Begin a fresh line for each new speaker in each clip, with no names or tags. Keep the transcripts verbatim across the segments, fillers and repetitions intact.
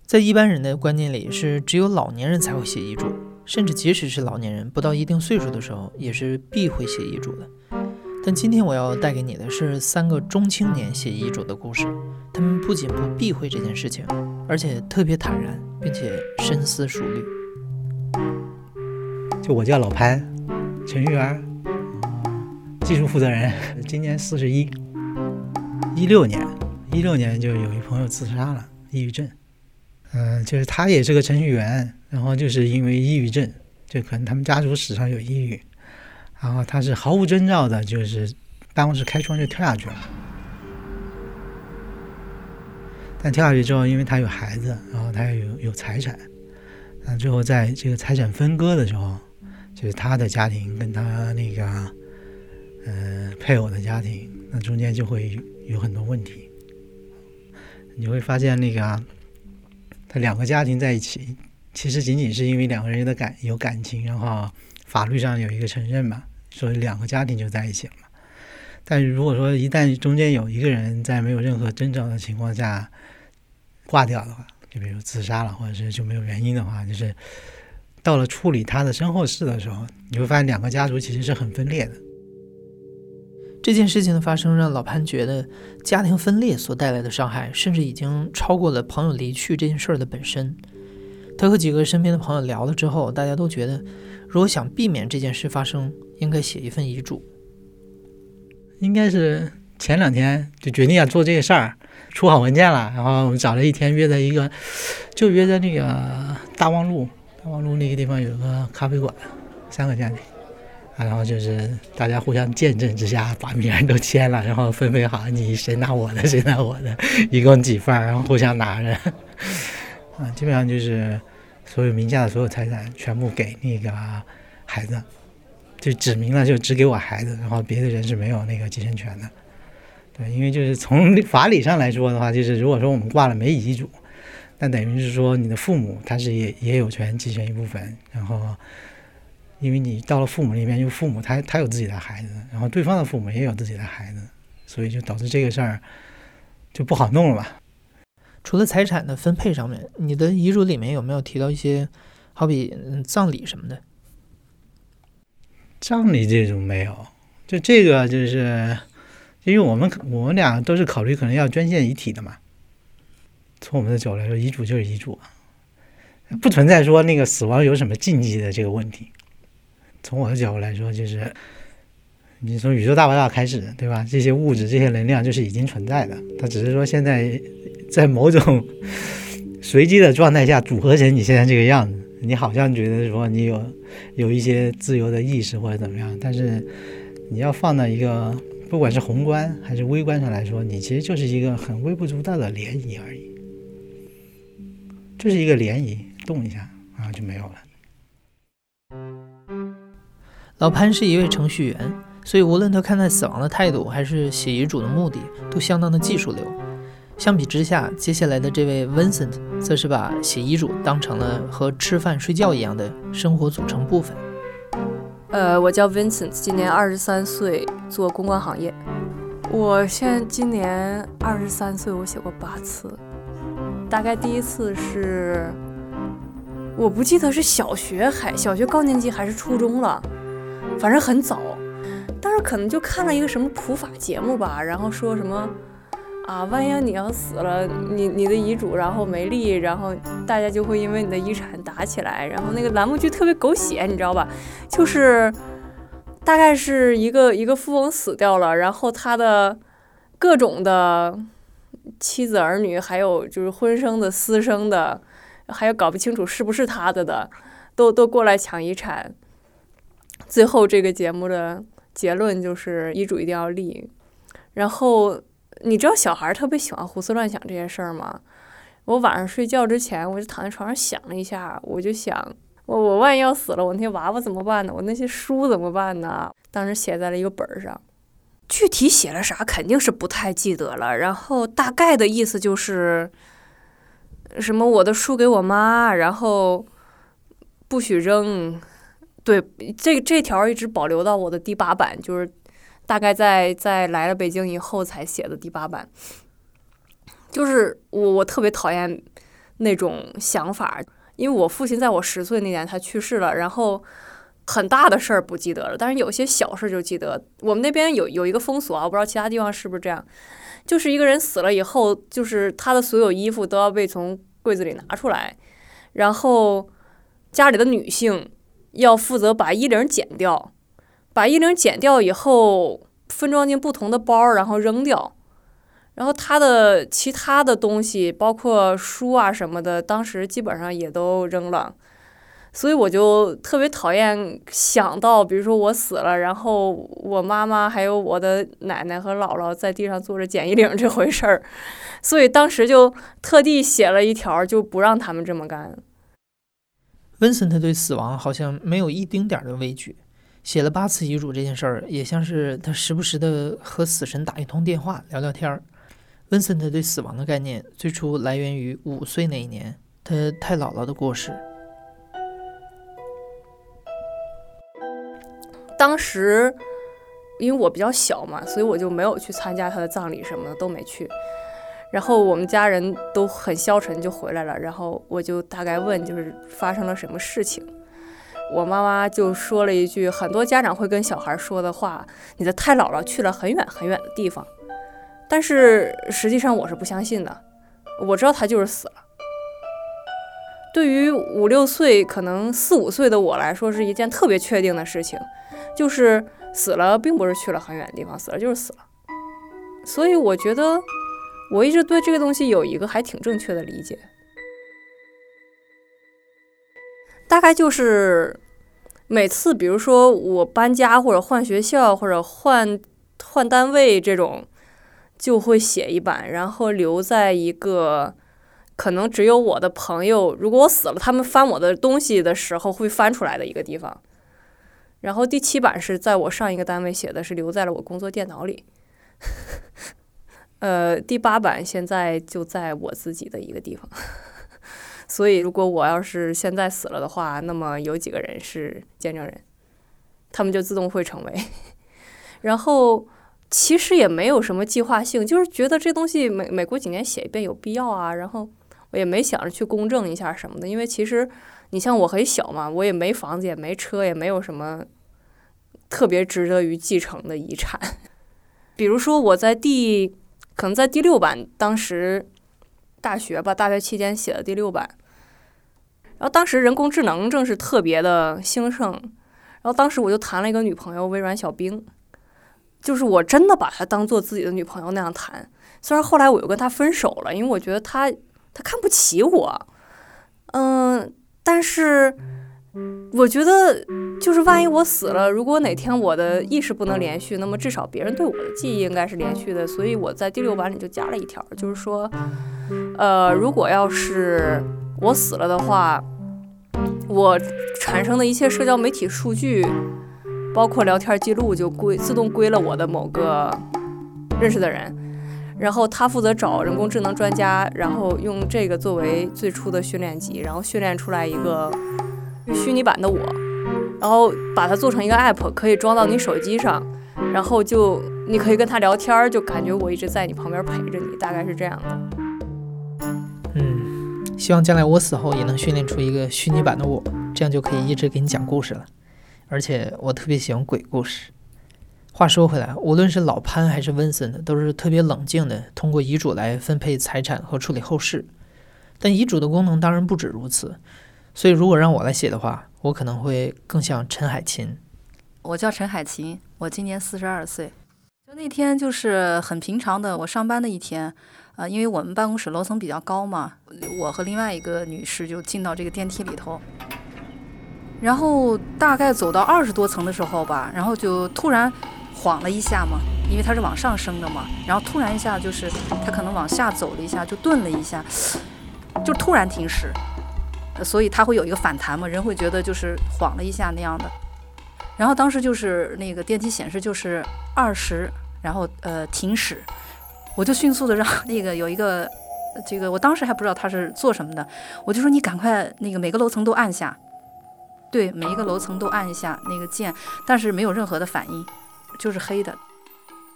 在一般人的观念里，是只有老年人才会写遗嘱，甚至即使是老年人不到一定岁数的时候，也是必会写遗嘱的。但今天我要带给你的是三个中青年写遗嘱的故事，他们不仅不避讳这件事情，而且特别坦然，并且深思熟虑。
就我叫老潘，程序员，技术负责人，今年四十一。一六年，一六年就有一朋友自杀了，抑郁症。嗯、呃，就是他也是个程序员，然后就是因为抑郁症，就可能他们家族史上有抑郁，然后他是毫无征兆的，就是办公室开窗就跳下去了。但跳下去之后，因为他有孩子，然后他也有有财产，啊，最后在这个财产分割的时候，就是他的家庭跟他那个呃配偶的家庭，那中间就会有很多问题。你会发现那个他两个家庭在一起，其实仅仅是因为两个人的感有感情，然后法律上有一个承认嘛，所以两个家庭就在一起了嘛。但是如果说一旦中间有一个人在没有任何征兆的情况下挂掉的话，就比如自杀了，或者是就没有原因的话，就是到了处理他的身后事的时候，你会发现两个家族其实是很分裂的。
这件事情的发生让老潘觉得家庭分裂所带来的伤害甚至已经超过了朋友离去这件事的本身。他和几个身边的朋友聊了之后，大家都觉得如果想避免这件事发生，应该写一份遗嘱。
应该是前两天就决定要做这个事儿，出好文件了，然后我们找了一天约在一个，就约在那个大望路，大望路那个地方有个咖啡馆，三个家庭。然后就是大家互相见证之下把名人都签了，然后分配好你谁拿我的谁拿我的，一共几份，然后互相拿着啊，基本上就是所有名下的所有财产全部给那个孩子，就指明了就只给我孩子，然后别的人是没有那个继承权的。对，因为就是从法理上来说的话，就是如果说我们挂了没遗嘱，那等于是说你的父母他是也也有权继承一部分，然后因为你到了父母那边，因为父母他他有自己的孩子，然后对方的父母也有自己的孩子，所以就导致这个事儿就不好弄了嘛。
除了财产的分配上面，你的遗嘱里面有没有提到一些好比葬礼什么的？
葬礼这种没有，就这个就是因为我们我们俩都是考虑可能要捐献遗体的嘛。从我们的角度来说，遗嘱就是遗嘱，不存在说那个死亡有什么禁忌的这个问题。从我的角度来说，就是你从宇宙大爆炸开始，对吧？这些物质、这些能量就是已经存在的，它只是说现在在某种随机的状态下组合成你现在这个样子。你好像觉得说你有有一些自由的意识或者怎么样，但是你要放到一个不管是宏观还是微观上来说，你其实就是一个很微不足道的涟漪而已，就是一个涟漪动一下啊就没有了。
老潘是一位程序员，所以无论他看待死亡的态度还是写遗嘱的目的，都相当的技术流。相比之下，接下来的这位 Vincent 则是把写遗嘱当成了和吃饭睡觉一样的生活组成部分。
呃，我叫 Vincent， 今年二十三岁，做公关行业。我现在今年二十三岁，我写过八次，大概第一次是我不记得是小学还小学高年级还是初中了，反正很早，但是可能就看了一个什么普法节目吧，然后说什么啊，万一你要死了，你你的遗嘱然后没立，然后大家就会因为你的遗产打起来，然后那个栏目剧特别狗血，你知道吧？就是大概是一个一个富翁死掉了，然后他的各种的妻子儿女，还有就是婚生的、私生的，还有搞不清楚是不是他的的，都都过来抢遗产。最后这个节目的结论就是遗嘱一定要立。然后你知道小孩特别喜欢胡思乱想这些事儿吗？我晚上睡觉之前，我就躺在床上想了一下，我就想我我万一要死了，我那些娃娃怎么办呢？我那些书怎么办呢？当时写在了一个本上，具体写了啥肯定是不太记得了，然后大概的意思就是什么我的书给我妈，然后不许扔。对，这这条一直保留到我的第八版，就是大概在在来了北京以后才写的第八版。就是我我特别讨厌那种想法。因为我父亲在我十岁那年他去世了，然后很大的事儿不记得了，但是有些小事就记得。我们那边有有一个风俗啊，我不知道其他地方是不是这样，就是一个人死了以后，就是他的所有衣服都要被从柜子里拿出来，然后家里的女性要负责把衣领剪掉，把衣领剪掉以后分装进不同的包，然后扔掉。然后他的其他的东西包括书啊什么的，当时基本上也都扔了。所以我就特别讨厌想到比如说我死了，然后我妈妈还有我的奶奶和姥姥在地上坐着捡衣领这回事儿，所以当时就特地写了一条就不让他们这么干。
温森特对死亡好像没有一丁点的畏惧，写了八次遗嘱这件事儿也像是他时不时的和死神打一通电话聊聊天儿。温森特对死亡的概念最初来源于五岁那一年，他太姥姥的过世。
当时因为我比较小嘛，所以我就没有去参加他的葬礼什么的，都没去。然后我们家人都很消沉就回来了，然后我就大概问就是发生了什么事情。我妈妈就说了一句很多家长会跟小孩说的话，你的太姥姥去了很远很远的地方。但是实际上我是不相信的，我知道他就是死了。对于五六岁可能四五岁的我来说是一件特别确定的事情，就是死了并不是去了很远的地方，死了就是死了。所以我觉得我一直对这个东西有一个还挺正确的理解，大概就是每次比如说我搬家或者换学校或者换换单位这种，就会写一版，然后留在一个可能只有我的朋友，如果我死了他们翻我的东西的时候会翻出来的一个地方。然后第七版是在我上一个单位写的，是留在了我工作电脑里。呃，第八版现在就在我自己的一个地方。所以如果我要是现在死了的话，那么有几个人是见证人，他们就自动会成为。然后其实也没有什么计划性，就是觉得这东西每每过几年写一遍有必要啊，然后我也没想着去公证一下什么的，因为其实你像我很小嘛，我也没房子也没车，也没有什么特别值得于继承的遗产。比如说我在第可能在第六版，当时大学吧，大学期间写的第六版，然后当时人工智能正是特别的兴盛，然后当时我就谈了一个女朋友微软小冰，就是我真的把她当做自己的女朋友那样谈。虽然后来我又跟她分手了，因为我觉得她她看不起我，嗯，但是我觉得就是万一我死了，如果哪天我的意识不能连续，那么至少别人对我的记忆应该是连续的。所以我在第六版里就加了一条，就是说呃，如果要是我死了的话，我产生的一切社交媒体数据包括聊天记录就归自动归了我的某个认识的人，然后他负责找人工智能专家，然后用这个作为最初的训练集，然后训练出来一个虚拟版的我，然后把它做成一个 app， 可以装到你手机上，然后就你可以跟他聊天，就感觉我一直在你旁边陪着你，大概是这样的。
嗯，希望将来我死后也能训练出一个虚拟版的我，这样就可以一直给你讲故事了。而且我特别喜欢鬼故事。话说回来，无论是老潘还是温森的，都是特别冷静的通过遗嘱来分配财产和处理后事。但遗嘱的功能当然不止如此，所以如果让我来写的话，我可能会更像陈海琴。
我叫陈海琴，我今年四十二岁。就那天就是很平常的我上班的一天，呃，因为我们办公室楼层比较高嘛，我和另外一个女士就进到这个电梯里头，然后大概走到二十多层的时候吧，然后就突然晃了一下嘛，因为它是往上升的嘛，然后突然一下就是它可能往下走了一下，就顿了一下，就突然停驶，所以它会有一个反弹嘛，人会觉得就是晃了一下那样的。然后当时就是那个电梯显示就是二十，然后呃停驶，我就迅速的让那个有一个这个我当时还不知道他是做什么的，我就说你赶快那个每个楼层都按下，对，每一个楼层都按一下那个键，但是没有任何的反应，就是黑的。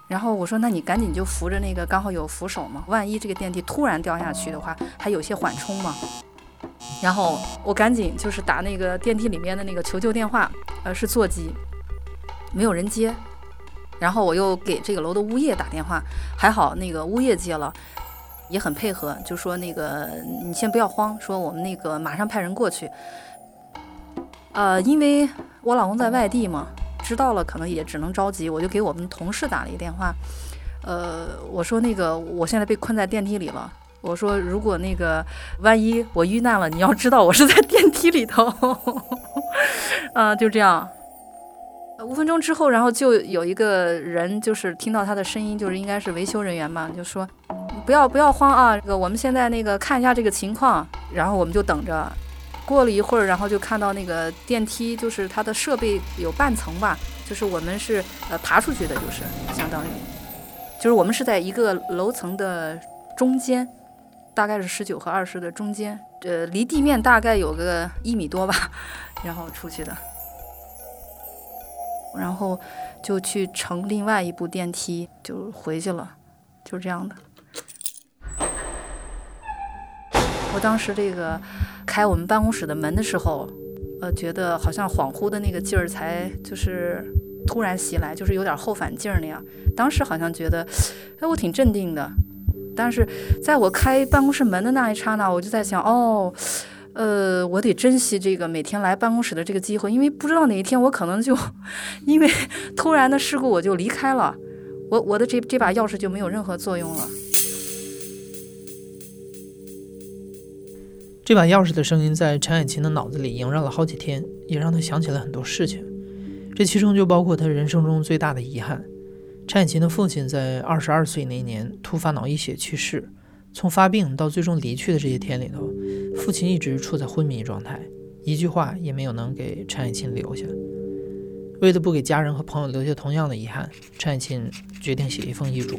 然后我说那你赶紧就扶着那个，刚好有扶手嘛，万一这个电梯突然掉下去的话还有些缓冲嘛。然后我赶紧就是打那个电梯里面的那个求救电话，呃是座机，没有人接。然后我又给这个楼的物业打电话，还好那个物业接了，也很配合，就说那个你先不要慌，说我们那个马上派人过去。呃，因为我老公在外地嘛，知道了可能也只能着急，我就给我们同事打了一个电话。呃，我说那个我现在被困在电梯里了，我说如果那个万一我遇难了，你要知道我是在电梯里头。啊、呃，就这样。五分钟之后，然后就有一个人就是听到他的声音，就是应该是维修人员嘛，就说不要不要慌啊，这个我们现在那个看一下这个情况，然后我们就等着。过了一会儿，然后就看到那个电梯，就是它的设备有半层吧，就是我们是呃爬出去的，就是相当于，就是我们是在一个楼层的中间，大概是十九和二十的中间，呃，离地面大概有个一米多吧，然后出去的。然后就去乘另外一部电梯就回去了，就这样的。我当时这个开我们办公室的门的时候，呃，觉得好像恍惚的那个劲儿才就是突然袭来，就是有点后反劲儿那样。当时好像觉得，哎，我挺镇定的，但是在我开办公室门的那一刹那，我就在想，哦。呃，我得珍惜这个每天来办公室的这个机会，因为不知道哪一天我可能就因为突然的事故我就离开了，我我的这这把钥匙就没有任何作用了。
这把钥匙的声音在陈海琴的脑子里萦绕了好几天，也让她想起了很多事情，这其中就包括她人生中最大的遗憾。陈海琴的父亲在二十二岁那年突发脑溢血去世，从发病到最终离去的这些天里头，父亲一直处在昏迷状态，一句话也没有能给陈海琴留下。为了不给家人和朋友留下同样的遗憾，陈海琴决定写一封遗嘱。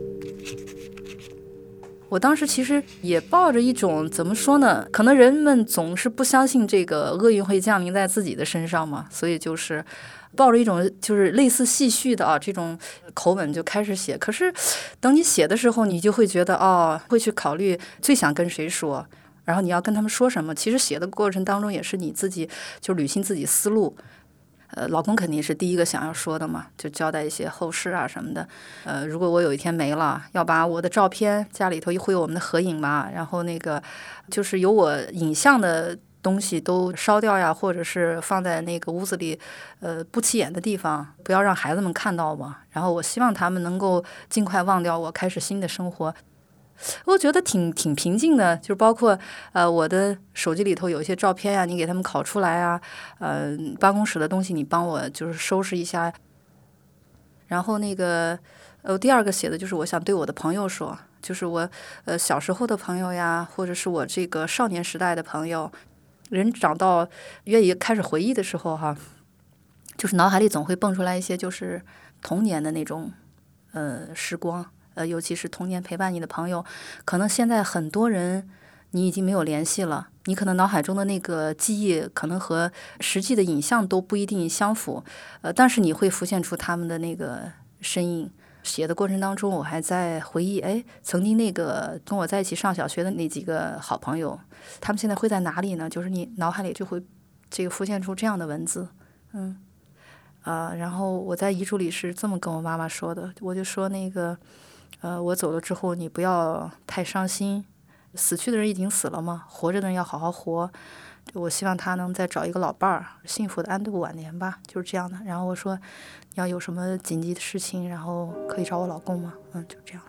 我当时其实也抱着一种怎么说呢，可能人们总是不相信这个厄运会降临在自己的身上嘛，所以就是抱着一种就是类似戏谑的啊这种口吻就开始写。可是等你写的时候，你就会觉得哦，会去考虑最想跟谁说，然后你要跟他们说什么。其实写的过程当中也是你自己就捋清自己思路。呃，老公肯定是第一个想要说的嘛，就交代一些后事啊什么的。呃，如果我有一天没了，要把我的照片，家里头会有我们的合影嘛，然后那个就是有我影像的东西都烧掉呀，或者是放在那个屋子里，呃，不起眼的地方，不要让孩子们看到嘛。然后我希望他们能够尽快忘掉我，开始新的生活。我觉得挺挺平静的，就包括呃我的手机里头有一些照片呀，你给他们拷出来啊，呃办公室的东西你帮我就是收拾一下。然后那个呃第二个写的就是我想对我的朋友说，就是我呃小时候的朋友呀，或者是我这个少年时代的朋友，人长到愿意开始回忆的时候哈，就是脑海里总会蹦出来一些就是童年的那种呃时光。呃，尤其是童年陪伴你的朋友，可能现在很多人你已经没有联系了，你可能脑海中的那个记忆可能和实际的影像都不一定相符，呃，但是你会浮现出他们的那个身影。写的过程当中，我还在回忆，哎，曾经那个跟我在一起上小学的那几个好朋友，他们现在会在哪里呢？就是你脑海里就会这个浮现出这样的文字，嗯，啊、呃，然后我在遗嘱里是这么跟我妈妈说的，我就说那个。呃，我走了之后，你不要太伤心。死去的人已经死了嘛，活着的人要好好活。我希望他能再找一个老伴儿，幸福的安度晚年吧，就是这样的。然后我说，你要有什么紧急的事情，然后可以找我老公吗？嗯，就这样。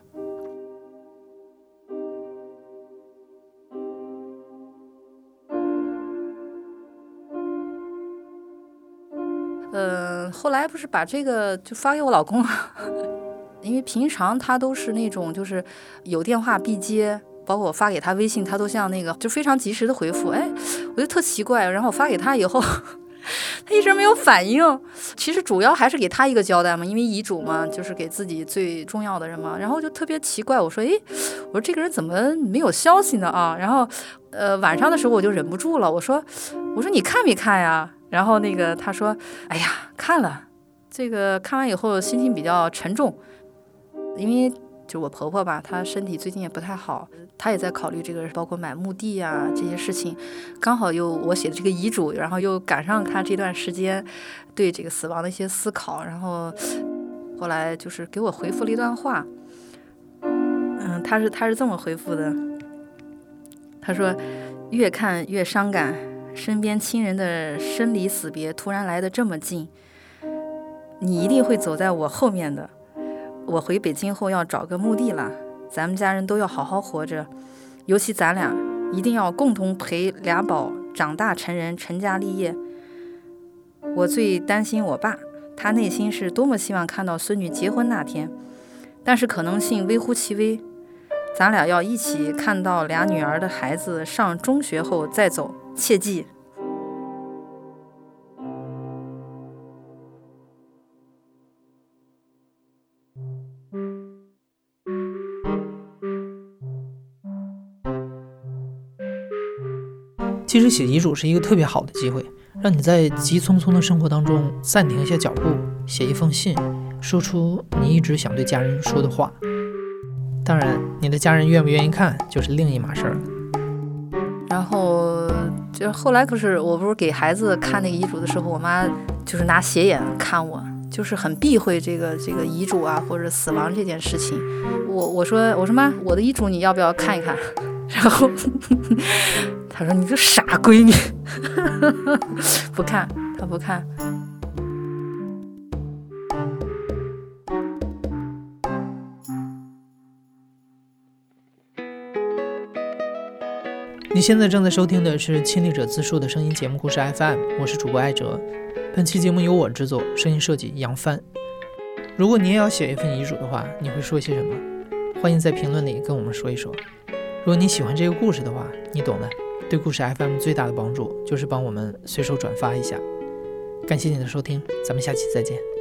呃，后来不是把这个就发给我老公了。因为平常他都是那种就是有电话必接，包括我发给他微信，他都像那个就非常及时的回复。哎，我就特奇怪，然后我发给他以后，他一直没有反应。其实主要还是给他一个交代嘛，因为遗嘱嘛，就是给自己最重要的人嘛。然后就特别奇怪，我说，哎，我说这个人怎么没有消息呢啊？然后，呃，晚上的时候我就忍不住了，我说，我说你看没看呀？然后那个他说，哎呀，看了，这个看完以后心情比较沉重。 因为就我婆婆吧，她身体最近也不太好，她也在考虑这个，包括买墓地啊这些事情。刚好又我写的这个遗嘱，然后又赶上她这段时间对这个死亡的一些思考，然后后来就是给我回复了一段话。嗯，她是她是这么回复的，她说：“越看越伤感，身边亲人的生离死别突然来得这么近，你一定会走在我后面的。我回北京后要找个墓地了，咱们家人都要好好活着，尤其咱俩一定要共同陪俩宝长大成人，成家立业。我最担心我爸，他内心是多么希望看到孙女结婚那天，但是可能性微乎其微。咱俩要一起看到俩女儿的孩子上中学后再走，切记。”
其实写遗嘱是一个特别好的机会，让你在急匆匆的生活当中暂停一下脚步，写一封信，说出你一直想对家人说的话。当然，你的家人愿不愿意看就是另一码事了。
然后就后来不是我不是给孩子看那个遗嘱的时候，我妈就是拿斜眼看我，就是很避讳这个这个遗嘱啊或者死亡这件事情。我我说我说妈，我的遗嘱你要不要看一看？然后她说你这傻闺女，不看，她不看。
你现在正在收听的是亲历者自述的声音节目故事 F M， 我是主播艾哲。本期节目由我制作，声音设计杨帆。如果你也要写一份遗嘱的话，你会说些什么？欢迎在评论里跟我们说一说。如果你喜欢这个故事的话，你懂的，对故事 F M 最大的帮助就是帮我们随手转发一下。感谢你的收听，咱们下期再见。